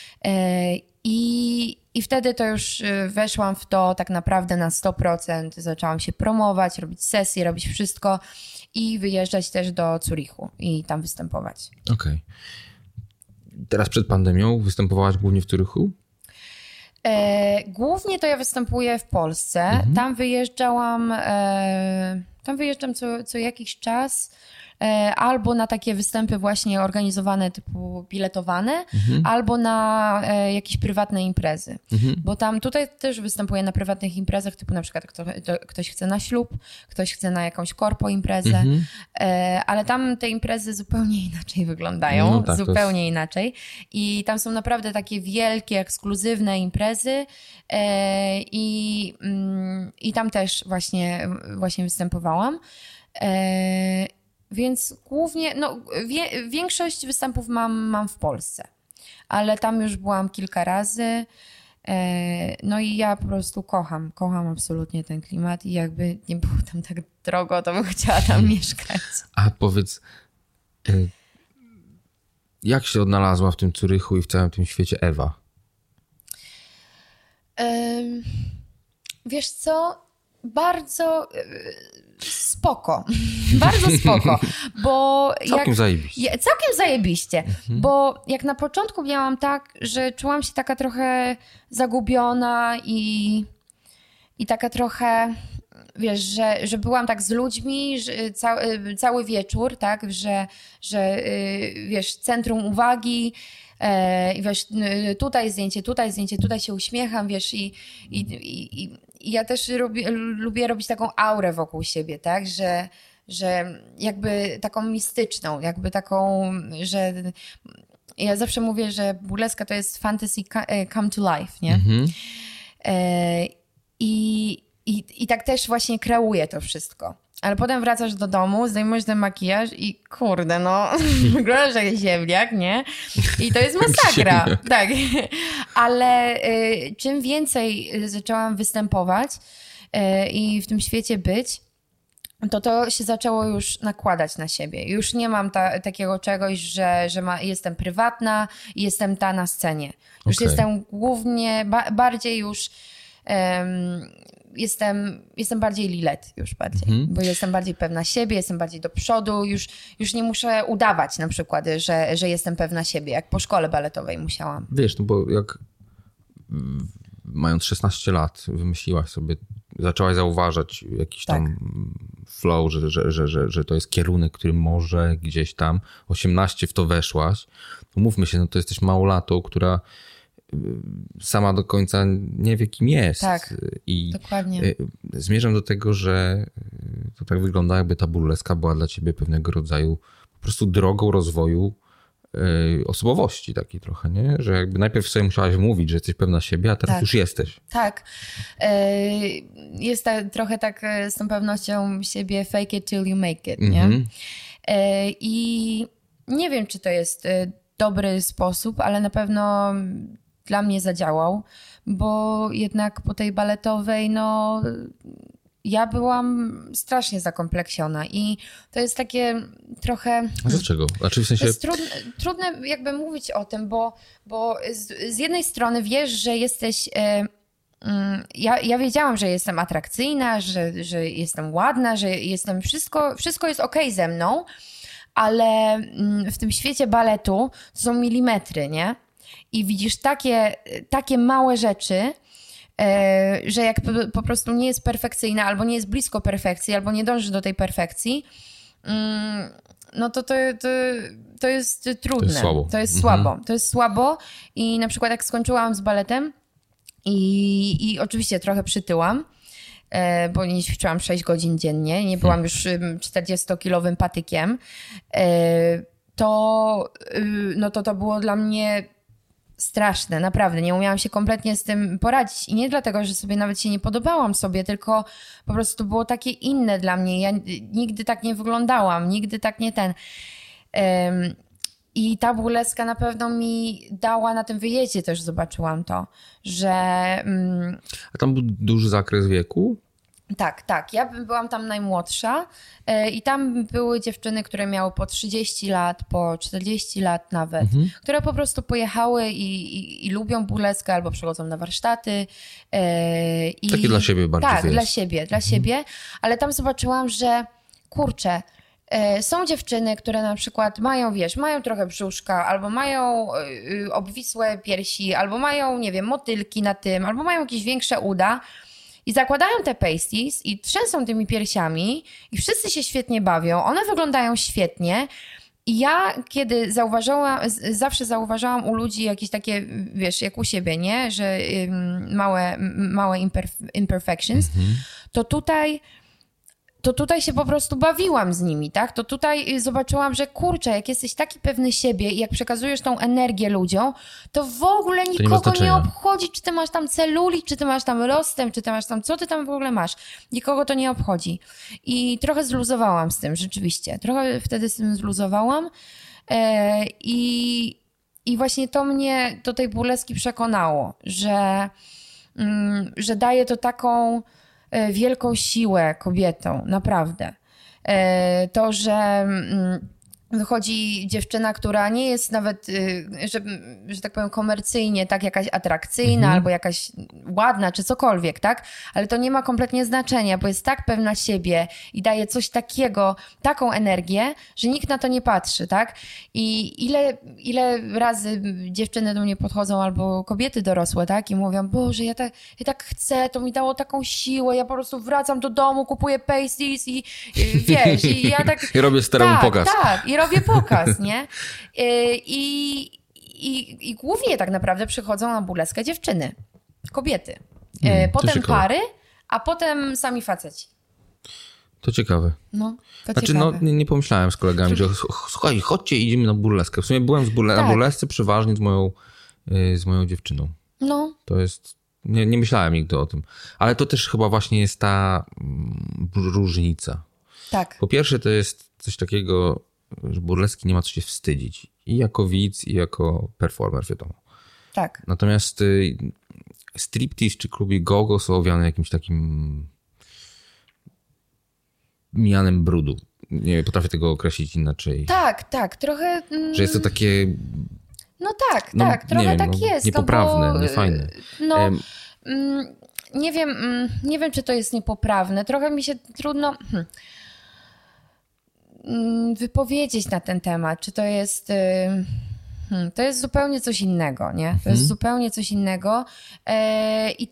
Speaker 1: I wtedy to już weszłam w to tak naprawdę na 100%. Zaczęłam się promować, robić sesje, robić wszystko i wyjeżdżać też do Zulichu i tam występować.
Speaker 2: Okej. Teraz przed pandemią występowałaś głównie w Zurychu?
Speaker 1: Głównie to ja występuję w Polsce. Tam wyjeżdżam co jakiś czas. Albo na takie występy właśnie organizowane typu biletowane, albo na jakieś prywatne imprezy. Bo tutaj też występuję na prywatnych imprezach, typu na przykład ktoś chce na ślub, ktoś chce na jakąś korpo imprezę, ale tam te imprezy zupełnie inaczej wyglądają,
Speaker 2: no tak,
Speaker 1: zupełnie inaczej. I tam są naprawdę takie wielkie, ekskluzywne imprezy i tam też właśnie występowałam. Więc głównie, większość występów mam w Polsce, ale tam już byłam kilka razy. No i ja po prostu kocham absolutnie ten klimat i jakby nie było tam tak drogo, to bym chciała tam mieszkać.
Speaker 2: A powiedz, jak się odnalazła w tym Zurychu i w całym tym świecie Ewa?
Speaker 1: Wiesz co? Bardzo spoko. Bardzo spoko. Bo
Speaker 2: Całkiem zajebiście.
Speaker 1: Całkiem zajebiście. Bo jak na początku miałam tak, że czułam się taka trochę zagubiona i taka trochę, wiesz, że byłam tak z ludźmi, że cały wieczór, tak, że wiesz, centrum uwagi i wiesz, tutaj zdjęcie, tutaj się uśmiecham, wiesz, i ja też lubię robić taką aurę wokół siebie, tak, że jakby taką mistyczną, jakby taką, że ja zawsze mówię, że burleska to jest fantasy come to life, nie? I tak też właśnie kreuję to wszystko. Ale potem wracasz do domu, zdejmujesz ten makijaż i kurde, wyglądasz jak ziemniak, nie? I to jest masakra. Tak. Ale czym więcej zaczęłam występować i w tym świecie być, to się zaczęło już nakładać na siebie. Już nie mam takiego czegoś, że jestem prywatna i jestem ta na scenie. Już jestem głównie, bardziej już... Jestem bardziej Lilet już bardziej, bo jestem bardziej pewna siebie, jestem bardziej do przodu, już nie muszę udawać na przykład, że jestem pewna siebie, jak po szkole baletowej musiałam.
Speaker 2: Wiesz, bo jak mając 16 lat wymyśliłaś sobie, zaczęłaś zauważać jakiś tam flow, że to jest kierunek, który może gdzieś tam, 18 w to weszłaś, to mówmy się, to jesteś małolatą, która sama do końca nie wie, kim jest.
Speaker 1: Tak,
Speaker 2: i
Speaker 1: dokładnie.
Speaker 2: Zmierzam do tego, że to tak wygląda, jakby ta burleska była dla ciebie pewnego rodzaju po prostu drogą rozwoju osobowości takiej trochę, nie? Że jakby najpierw sobie musiałaś mówić, że jesteś pewna siebie, a teraz już jesteś.
Speaker 1: Tak. Jest trochę tak z tą pewnością siebie fake it till you make it, nie? I nie wiem, czy to jest dobry sposób, ale na pewno dla mnie zadziałał, bo jednak po tej baletowej, no ja byłam strasznie zakompleksiona i to jest takie trochę...
Speaker 2: A dlaczego? Znaczy w sensie...
Speaker 1: To jest trudne jakby mówić o tym, bo z jednej strony wiesz, że jesteś... Ja wiedziałam, że jestem atrakcyjna, że jestem ładna, że jestem wszystko jest okej ze mną, ale w tym świecie baletu to są milimetry, nie? I widzisz takie małe rzeczy, że jak po prostu nie jest perfekcyjna, albo nie jest blisko perfekcji, albo nie dąży do tej perfekcji, no to jest trudne.
Speaker 2: To jest słabo.
Speaker 1: To jest słabo. To jest słabo i na przykład jak skończyłam z baletem i oczywiście trochę przytyłam, bo nie ćwiczyłam 6 godzin dziennie, nie byłam już 40-kilowym patykiem, to było dla mnie straszne, naprawdę. Nie umiałam się kompletnie z tym poradzić. I nie dlatego, że sobie nawet się nie podobałam sobie, tylko po prostu to było takie inne dla mnie. Ja nigdy tak nie wyglądałam, nigdy tak nie I ta burleska na pewno mi dała, na tym wyjeździe też zobaczyłam to, że...
Speaker 2: A tam był duży zakres wieku?
Speaker 1: Tak. Ja byłam tam najmłodsza i tam były dziewczyny, które miały po 30 lat, po 40 lat nawet, które po prostu pojechały i lubią burleskę albo przychodzą na warsztaty.
Speaker 2: Takie dla siebie bardziej.
Speaker 1: Tak, dla siebie, ale tam zobaczyłam, że kurczę, są dziewczyny, które na przykład mają trochę brzuszka, albo mają obwisłe piersi, albo mają, nie wiem, motylki na tym, albo mają jakieś większe uda i zakładają te pasties i trzęsą tymi piersiami i wszyscy się świetnie bawią, one wyglądają świetnie. I ja kiedy zawsze zauważałam u ludzi jakieś takie, jak u siebie, nie? Że małe imperfections, to tutaj się po prostu bawiłam z nimi, tak? To tutaj zobaczyłam, że kurczę, jak jesteś taki pewny siebie i jak przekazujesz tą energię ludziom, to w ogóle nikogo nie obchodzi, czy ty masz tam celulit, czy ty masz tam rozstęp, czy ty masz tam, co ty tam w ogóle masz. Nikogo to nie obchodzi. I trochę zluzowałam z tym, rzeczywiście. Trochę wtedy z tym zluzowałam i właśnie to mnie do tej burleski przekonało, że daje to taką wielką siłę kobietom, naprawdę. To, że wychodzi dziewczyna, która nie jest nawet, że tak powiem, komercyjnie tak jakaś atrakcyjna albo jakaś ładna czy cokolwiek, tak? Ale to nie ma kompletnie znaczenia, bo jest tak pewna siebie i daje coś takiego, taką energię, że nikt na to nie patrzy, tak? I ile razy dziewczyny do mnie podchodzą albo kobiety dorosłe, tak? I mówią, Boże, ja tak chcę, to mi dało taką siłę, ja po prostu wracam do domu, kupuję pasties i wiesz, i ja tak...
Speaker 2: I robię staremu pokaz.
Speaker 1: Tak, i robię pokaz, nie? I głównie tak naprawdę przychodzą na burleskę dziewczyny, kobiety. Potem pary, a potem sami faceci.
Speaker 2: To ciekawe.
Speaker 1: No, to
Speaker 2: znaczy,
Speaker 1: ciekawe.
Speaker 2: nie pomyślałem z kolegami, że słuchaj, chodźcie, idziemy na burleskę. W sumie byłem na burlesce przeważnie z moją dziewczyną.
Speaker 1: No.
Speaker 2: To jest... Nie myślałem nigdy o tym. Ale to też chyba właśnie jest ta różnica.
Speaker 1: Tak.
Speaker 2: Po pierwsze, to jest coś takiego, że burleski nie ma co się wstydzić. I jako widz, i jako performer, wiadomo.
Speaker 1: Tak.
Speaker 2: Natomiast striptease czy kluby go-go są owiane jakimś takim mianem brudu. Nie potrafię tego określić inaczej.
Speaker 1: Tak. Trochę...
Speaker 2: Że jest to takie...
Speaker 1: No tak, trochę tak jest.
Speaker 2: Niepoprawne, niefajne.
Speaker 1: Nie wiem, czy to jest niepoprawne. Trochę mi się trudno wypowiedzieć na ten temat, czy to jest... To jest zupełnie coś innego, nie? To jest zupełnie coś innego i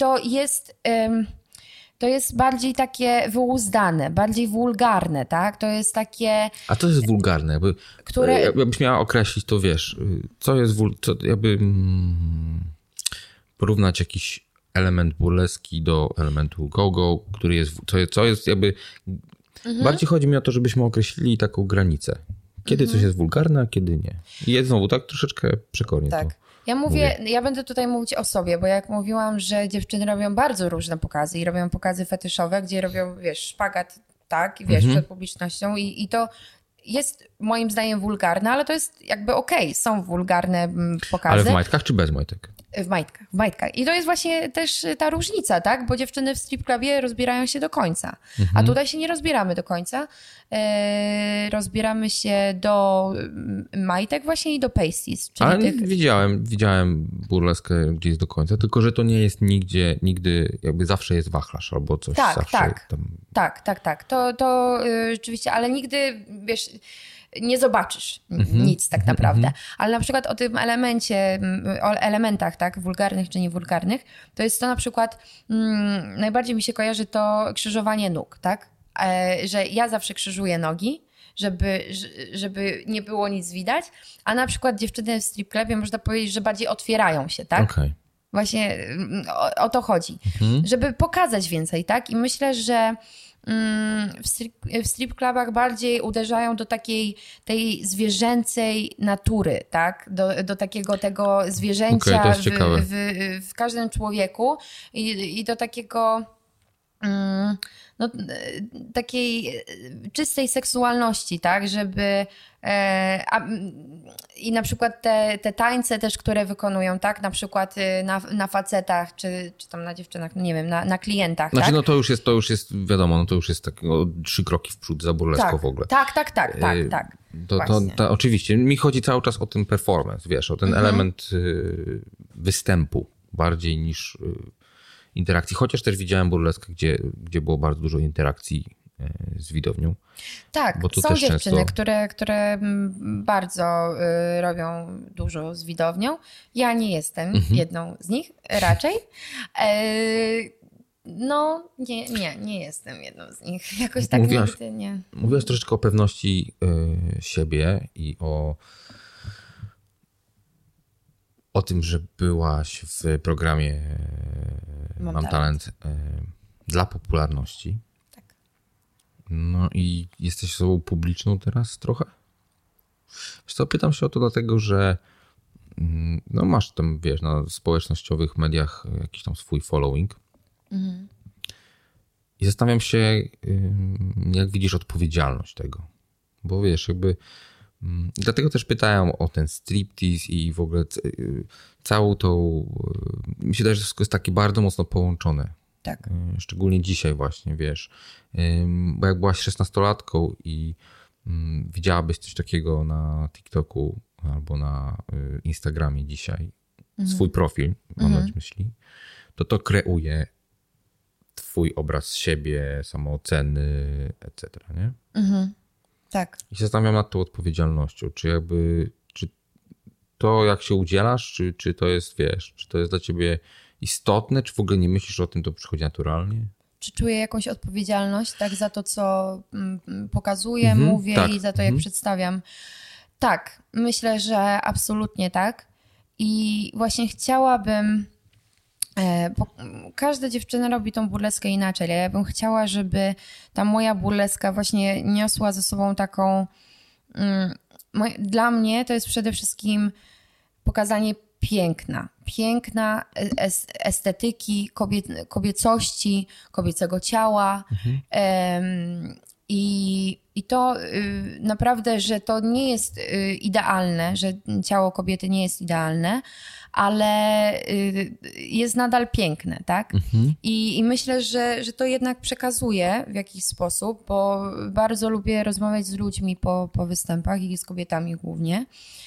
Speaker 1: to jest bardziej takie wyuzdane, bardziej wulgarne, tak? To jest takie...
Speaker 2: A to jest wulgarne, jakbyś miała określić, to wiesz, co jest porównać jakiś element burleski do elementu go-go, który jest, co jest jakby... Bardziej chodzi mi o to, żebyśmy określili taką granicę. Kiedy coś jest wulgarne, a kiedy nie. I znowu tak troszeczkę przekornie
Speaker 1: tak.
Speaker 2: to
Speaker 1: Ja będę tutaj mówić o sobie, bo jak mówiłam, że dziewczyny robią bardzo różne pokazy i robią pokazy fetyszowe, gdzie robią, wiesz, szpagat, tak, wiesz, przed publicznością i to jest moim zdaniem wulgarne, ale to jest jakby okej, są wulgarne pokazy.
Speaker 2: Ale w majtkach czy bez majtek?
Speaker 1: W majtkach. I to jest właśnie też ta różnica, tak? Bo dziewczyny w strip clubie rozbierają się do końca. A tutaj się nie rozbieramy do końca. Rozbieramy się do majtek właśnie i do pasties. Czyli
Speaker 2: ale widziałem burleskę gdzieś do końca, tylko że to nie jest nigdy, jakby zawsze jest wachlarz albo coś.
Speaker 1: Tak. To rzeczywiście, ale nigdy, wiesz... nie zobaczysz nic tak naprawdę. Ale na przykład o tym o elementach, tak, wulgarnych czy niewulgarnych, to jest to na przykład, najbardziej mi się kojarzy to krzyżowanie nóg, tak? Że ja zawsze krzyżuję nogi, żeby nie było nic widać, a na przykład dziewczyny w strip clubie można powiedzieć, że bardziej otwierają się, tak?
Speaker 2: Okay.
Speaker 1: Właśnie o to chodzi. Żeby pokazać więcej, tak? I myślę, że w strip clubach bardziej uderzają do takiej tej zwierzęcej natury, tak? Do takiego tego zwierzęcia w każdym człowieku i do takiego no, takiej czystej seksualności, tak? Żeby i na przykład te tańce też, które wykonują, tak? Na przykład na facetach, czy tam na dziewczynach, nie wiem, na klientach,
Speaker 2: znaczy,
Speaker 1: tak?
Speaker 2: no to już jest wiadomo, no to już jest tak 3 kroki w przód za burleską w ogóle.
Speaker 1: Tak.
Speaker 2: To oczywiście. Mi chodzi cały czas o ten performance, wiesz, o ten element występu bardziej niż interakcji. Chociaż też widziałem burleskę, gdzie było bardzo dużo interakcji z widownią.
Speaker 1: Tak, bo są dziewczyny, które bardzo robią dużo z widownią. Ja nie jestem jedną z nich, raczej. No, nie jestem jedną z nich. Jakoś tak nigdy nie.
Speaker 2: Mówiłaś troszeczkę o pewności siebie i o tym, że byłaś w programie Mam Talent dla popularności.
Speaker 1: Tak.
Speaker 2: No i jesteś osobą publiczną teraz trochę? Wiesz co, pytam się o to dlatego, że no masz tam, wiesz, na społecznościowych mediach jakiś tam swój following. I zastanawiam się, jak widzisz odpowiedzialność tego. Bo wiesz, jakby dlatego też pytałem o ten striptease i w ogóle całą tą... Mi się wydaje, że wszystko jest takie bardzo mocno połączone.
Speaker 1: Tak.
Speaker 2: Szczególnie dzisiaj właśnie, wiesz. Bo jak byłaś 16-latką i widziałabyś coś takiego na TikToku albo na Instagramie dzisiaj, swój profil, mam na myśli, to kreuje twój obraz siebie, samooceny, etc., nie?
Speaker 1: Tak.
Speaker 2: I się zastanawiam nad tą odpowiedzialnością, czy to, jak się udzielasz, czy to jest, wiesz, czy to jest dla ciebie istotne, czy w ogóle nie myślisz o tym, to przychodzi naturalnie?
Speaker 1: Czy czuję jakąś odpowiedzialność, tak, za to, co pokazuję, mówię i za to, jak przedstawiam? Tak, myślę, że absolutnie tak. I właśnie chciałabym... Każda dziewczyna robi tą burleskę inaczej, ale ja bym chciała, żeby ta moja burleska właśnie niosła ze sobą taką... Dla mnie to jest przede wszystkim pokazanie piękna estetyki, kobiecości, kobiecego ciała. I to naprawdę, że to nie jest idealne, że ciało kobiety nie jest idealne, ale jest nadal piękne, tak? I myślę, że to jednak przekazuje w jakiś sposób, bo bardzo lubię rozmawiać z ludźmi po występach i z kobietami głównie.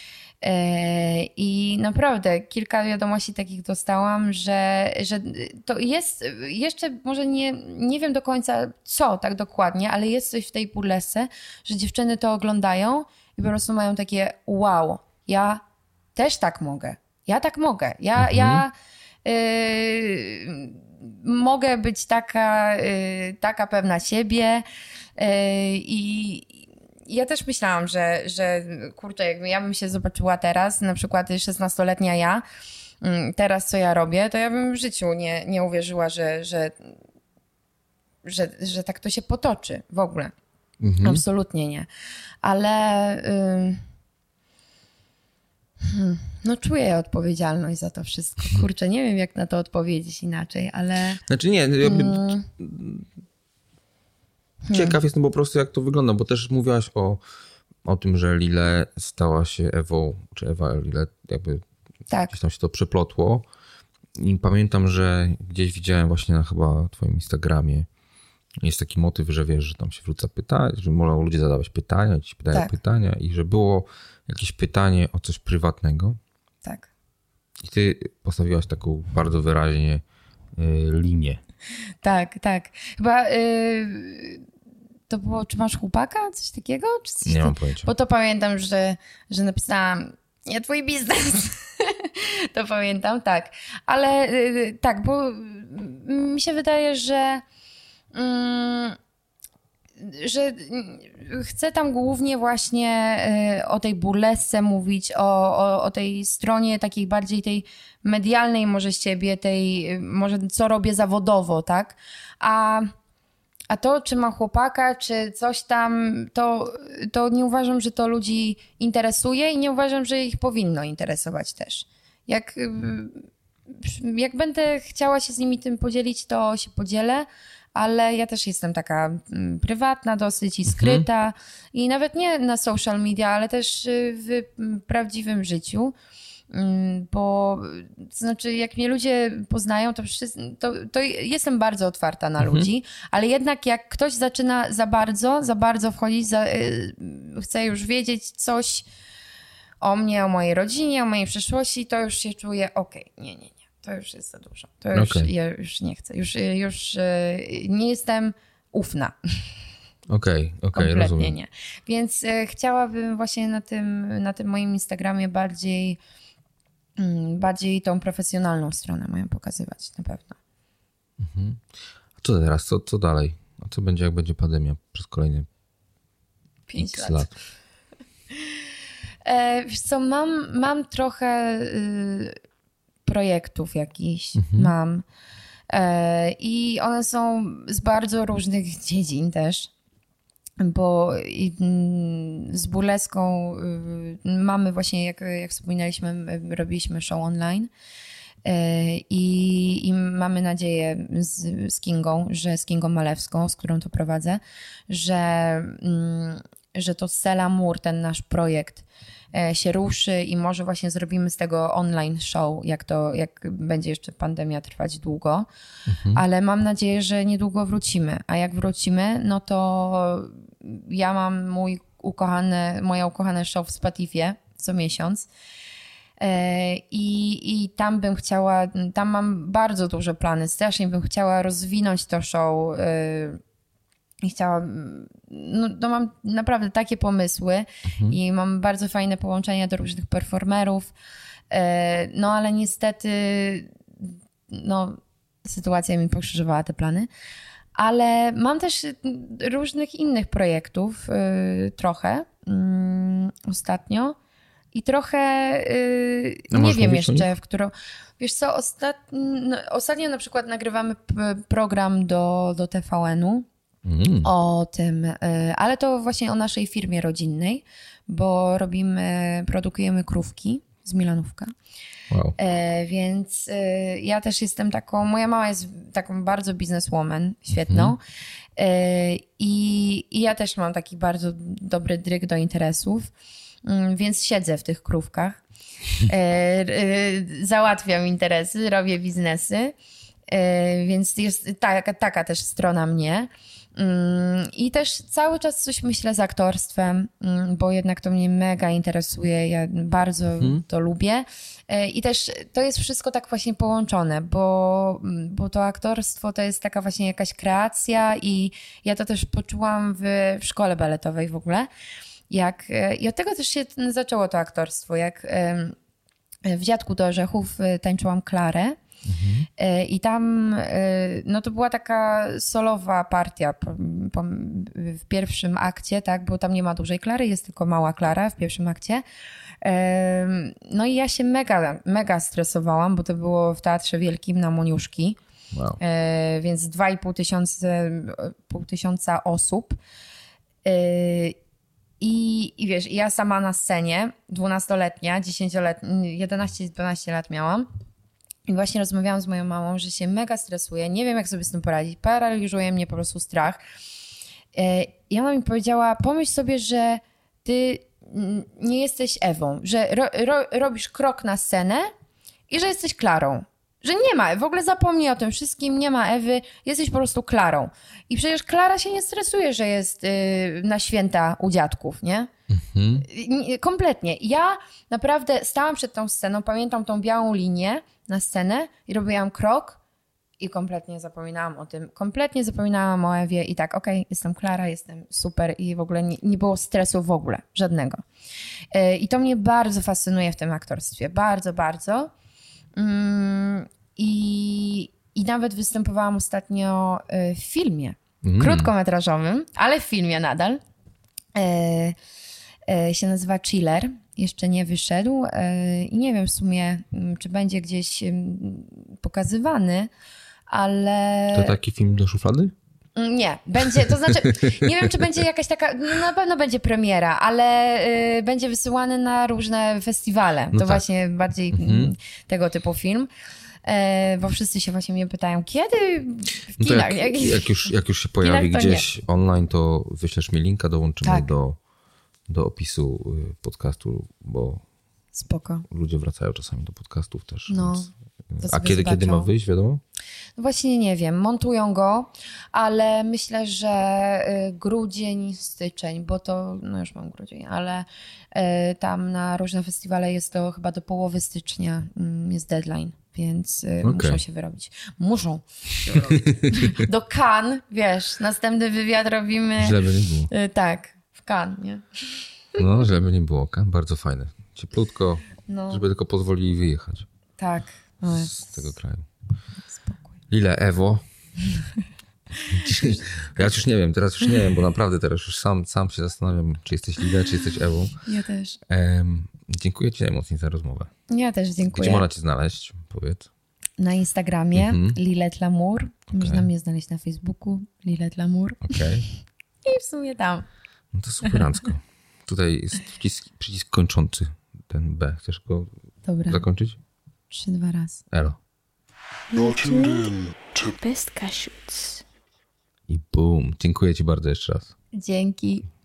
Speaker 1: I naprawdę kilka wiadomości takich dostałam, że to jest jeszcze może nie wiem do końca co tak dokładnie, ale jest coś w tej burlesce, że dziewczyny to oglądają i po prostu mają takie wow, ja też tak mogę. Ja tak mogę. Ja mogę być taka pewna siebie i ja też myślałam, że kurczę, jakby ja bym się zobaczyła teraz, na przykład 16-letnia ja, teraz, co ja robię, to ja bym w życiu nie uwierzyła, że tak to się potoczy w ogóle. Absolutnie nie. Ale no czuję odpowiedzialność za to wszystko. Kurczę, nie wiem, jak na to odpowiedzieć inaczej, ale...
Speaker 2: Znaczy nie, ciekaw jestem po prostu, jak to wygląda, bo też mówiłaś o tym, że Lile stała się Ewą, czy Ewa Lile, jakby gdzieś tam się to przeplotło. I pamiętam, że gdzieś widziałem właśnie na chyba twoim Instagramie, jest taki motyw, że wiesz, że tam się wrzuca pytania, że mogą ludzie zadawać pytania, ci pytają pytania i że było jakieś pytanie o coś prywatnego.
Speaker 1: Tak.
Speaker 2: I ty postawiłaś taką bardzo wyraźnie linię.
Speaker 1: Tak. Chyba to było, czy masz chłopaka? Coś takiego? Czy coś
Speaker 2: nie mam pojęcia.
Speaker 1: Bo to pamiętam, że napisałam, nie twój biznes. To pamiętam, tak. Ale tak, bo mi się wydaje, że chcę tam głównie właśnie o tej burlesce mówić, o tej stronie takiej bardziej tej medialnej może z ciebie, tej może co robię zawodowo, tak? A to, czy ma chłopaka, czy coś tam, to nie uważam, że to ludzi interesuje i nie uważam, że ich powinno interesować też. Jak będę chciała się z nimi tym podzielić, to się podzielę, ale ja też jestem taka prywatna dosyć i skryta i nawet nie na social media, ale też w prawdziwym życiu, bo to znaczy jak mnie ludzie poznają, to jestem bardzo otwarta na ludzi, ale jednak jak ktoś zaczyna za bardzo wchodzić, chce już wiedzieć coś o mnie, o mojej rodzinie, o mojej przeszłości, to już się czuję nie. To już jest za dużo. To już, ja już nie chcę. Już nie jestem ufna.
Speaker 2: Okej,
Speaker 1: kompletnie
Speaker 2: rozumiem.
Speaker 1: Nie. Więc chciałabym właśnie na tym moim Instagramie bardziej tą profesjonalną stronę moją pokazywać, na pewno.
Speaker 2: A co teraz? Co dalej? A co będzie, jak będzie pandemia przez kolejne
Speaker 1: 5 lat? Wiesz co, mam trochę projektów jakichś, mam. I one są z bardzo różnych dziedzin też, bo z burleską mamy właśnie, jak wspominaliśmy, robiliśmy show online i mamy nadzieję z Kingą, z Kingą Malewską, z którą to prowadzę, że to Sela Mur, ten nasz projekt, się ruszy i może właśnie zrobimy z tego online show, jak będzie jeszcze pandemia trwać długo. Ale mam nadzieję, że niedługo wrócimy. A jak wrócimy, no to ja mam moje ukochane show w Spatifie co miesiąc. I tam bym chciała, tam mam bardzo duże plany. Strasznie bym chciała rozwinąć to show i chciałam, no mam naprawdę takie pomysły i mam bardzo fajne połączenia do różnych performerów, no ale niestety sytuacja mi pokrzyżowała te plany, ale mam też różnych innych projektów trochę ostatnio i trochę nie wiem jeszcze, w którą... Wiesz co, ostatnio na przykład nagrywamy program do TVN-u o tym, ale to właśnie o naszej firmie rodzinnej, bo produkujemy krówki z Milanówka.
Speaker 2: Wow.
Speaker 1: Więc ja też jestem moja mama jest taką bardzo bizneswoman, świetną. I ja też mam taki bardzo dobry dryg do interesów, więc siedzę w tych krówkach. Załatwiam interesy, robię biznesy, więc jest taka też strona mnie. I też cały czas coś myślę z aktorstwem, bo jednak to mnie mega interesuje, ja bardzo to lubię i też to jest wszystko tak właśnie połączone, bo to aktorstwo to jest taka właśnie jakaś kreacja i ja to też poczułam w szkole baletowej w ogóle, i od tego też się zaczęło to aktorstwo, jak w Dziadku do Orzechów tańczyłam Klarę. I tam to była taka solowa partia w pierwszym akcie, tak, bo tam nie ma dużej Klary, jest tylko mała Klara w pierwszym akcie. No i ja się mega stresowałam, bo to było w Teatrze Wielkim na Moniuszki.
Speaker 2: Wow.
Speaker 1: Więc 2,5 tysiąca osób. I wiesz, ja sama na scenie, 12-letnia, 11-12 lat miałam. I właśnie rozmawiałam z moją mamą, że się mega stresuję, nie wiem jak sobie z tym poradzić, paraliżuje mnie po prostu strach. I ona mi powiedziała, pomyśl sobie, że ty nie jesteś Ewą, że robisz krok na scenę i że jesteś Klarą. Że nie ma, w ogóle zapomnij o tym wszystkim, nie ma Ewy, jesteś po prostu Klarą. I przecież Klara się nie stresuje, że jest na święta u dziadków, nie? Kompletnie. Ja naprawdę stałam przed tą sceną, pamiętam tą białą linię na scenę i robiłam krok i kompletnie zapominałam o tym. Kompletnie zapominałam o Ewie i tak, okej, jestem Klara, jestem super i w ogóle nie było stresu w ogóle, żadnego. I to mnie bardzo fascynuje w tym aktorstwie, bardzo, bardzo. I nawet występowałam ostatnio w filmie krótkometrażowym, ale w filmie nadal. Się nazywa Chiller. Jeszcze nie wyszedł i nie wiem w sumie, czy będzie gdzieś pokazywany, ale...
Speaker 2: To taki film do szuflady?
Speaker 1: Nie, będzie, to znaczy, nie wiem, czy będzie jakaś taka, no na pewno będzie premiera, ale będzie wysyłany na różne festiwale. No to tak. Właśnie bardziej tego typu film. Bo wszyscy się właśnie mnie pytają, kiedy w kinach?
Speaker 2: No jak już się pojawi gdzieś online, to wyślesz mi linka, dołączymy tak. do opisu podcastu, bo
Speaker 1: spoko.
Speaker 2: Ludzie wracają czasami do podcastów też.
Speaker 1: No,
Speaker 2: więc... A kiedy ma wyjść, wiadomo?
Speaker 1: No właśnie nie wiem, montują go, ale myślę, że grudzień, styczeń, bo to, no już mam grudzień, ale tam na różne festiwale jest to chyba do połowy stycznia jest deadline, więc muszą się wyrobić. Muszą się wyrobić. Do Cannes, wiesz, następny wywiad robimy.
Speaker 2: Żeby nie było.
Speaker 1: Tak, w Cannes, nie?
Speaker 2: No, żeby nie było. Cannes bardzo fajne. Cieplutko, żeby tylko pozwolili wyjechać.
Speaker 1: Tak.
Speaker 2: Z tego kraju. Lile, Ewo. Ja już nie wiem, teraz już nie wiem, bo naprawdę teraz już sam się zastanawiam, czy jesteś Lile, czy jesteś Ewą.
Speaker 1: Ja też.
Speaker 2: Dziękuję ci najmocniej za rozmowę.
Speaker 1: Ja też dziękuję.
Speaker 2: Gdzie można cię znaleźć? Powiedz.
Speaker 1: Na Instagramie Lilette Lamour. Można mnie znaleźć na Facebooku Lilette Lamour.
Speaker 2: Okay.
Speaker 1: I w sumie tam.
Speaker 2: No to superancko. Tutaj jest przycisk kończący ten B. Chcesz go zakończyć?
Speaker 1: 3-2 raz.
Speaker 2: Elo.
Speaker 3: You're tuned in to Best Cashews.
Speaker 2: I boom. Dziękuję ci bardzo jeszcze raz.
Speaker 1: Dzięki.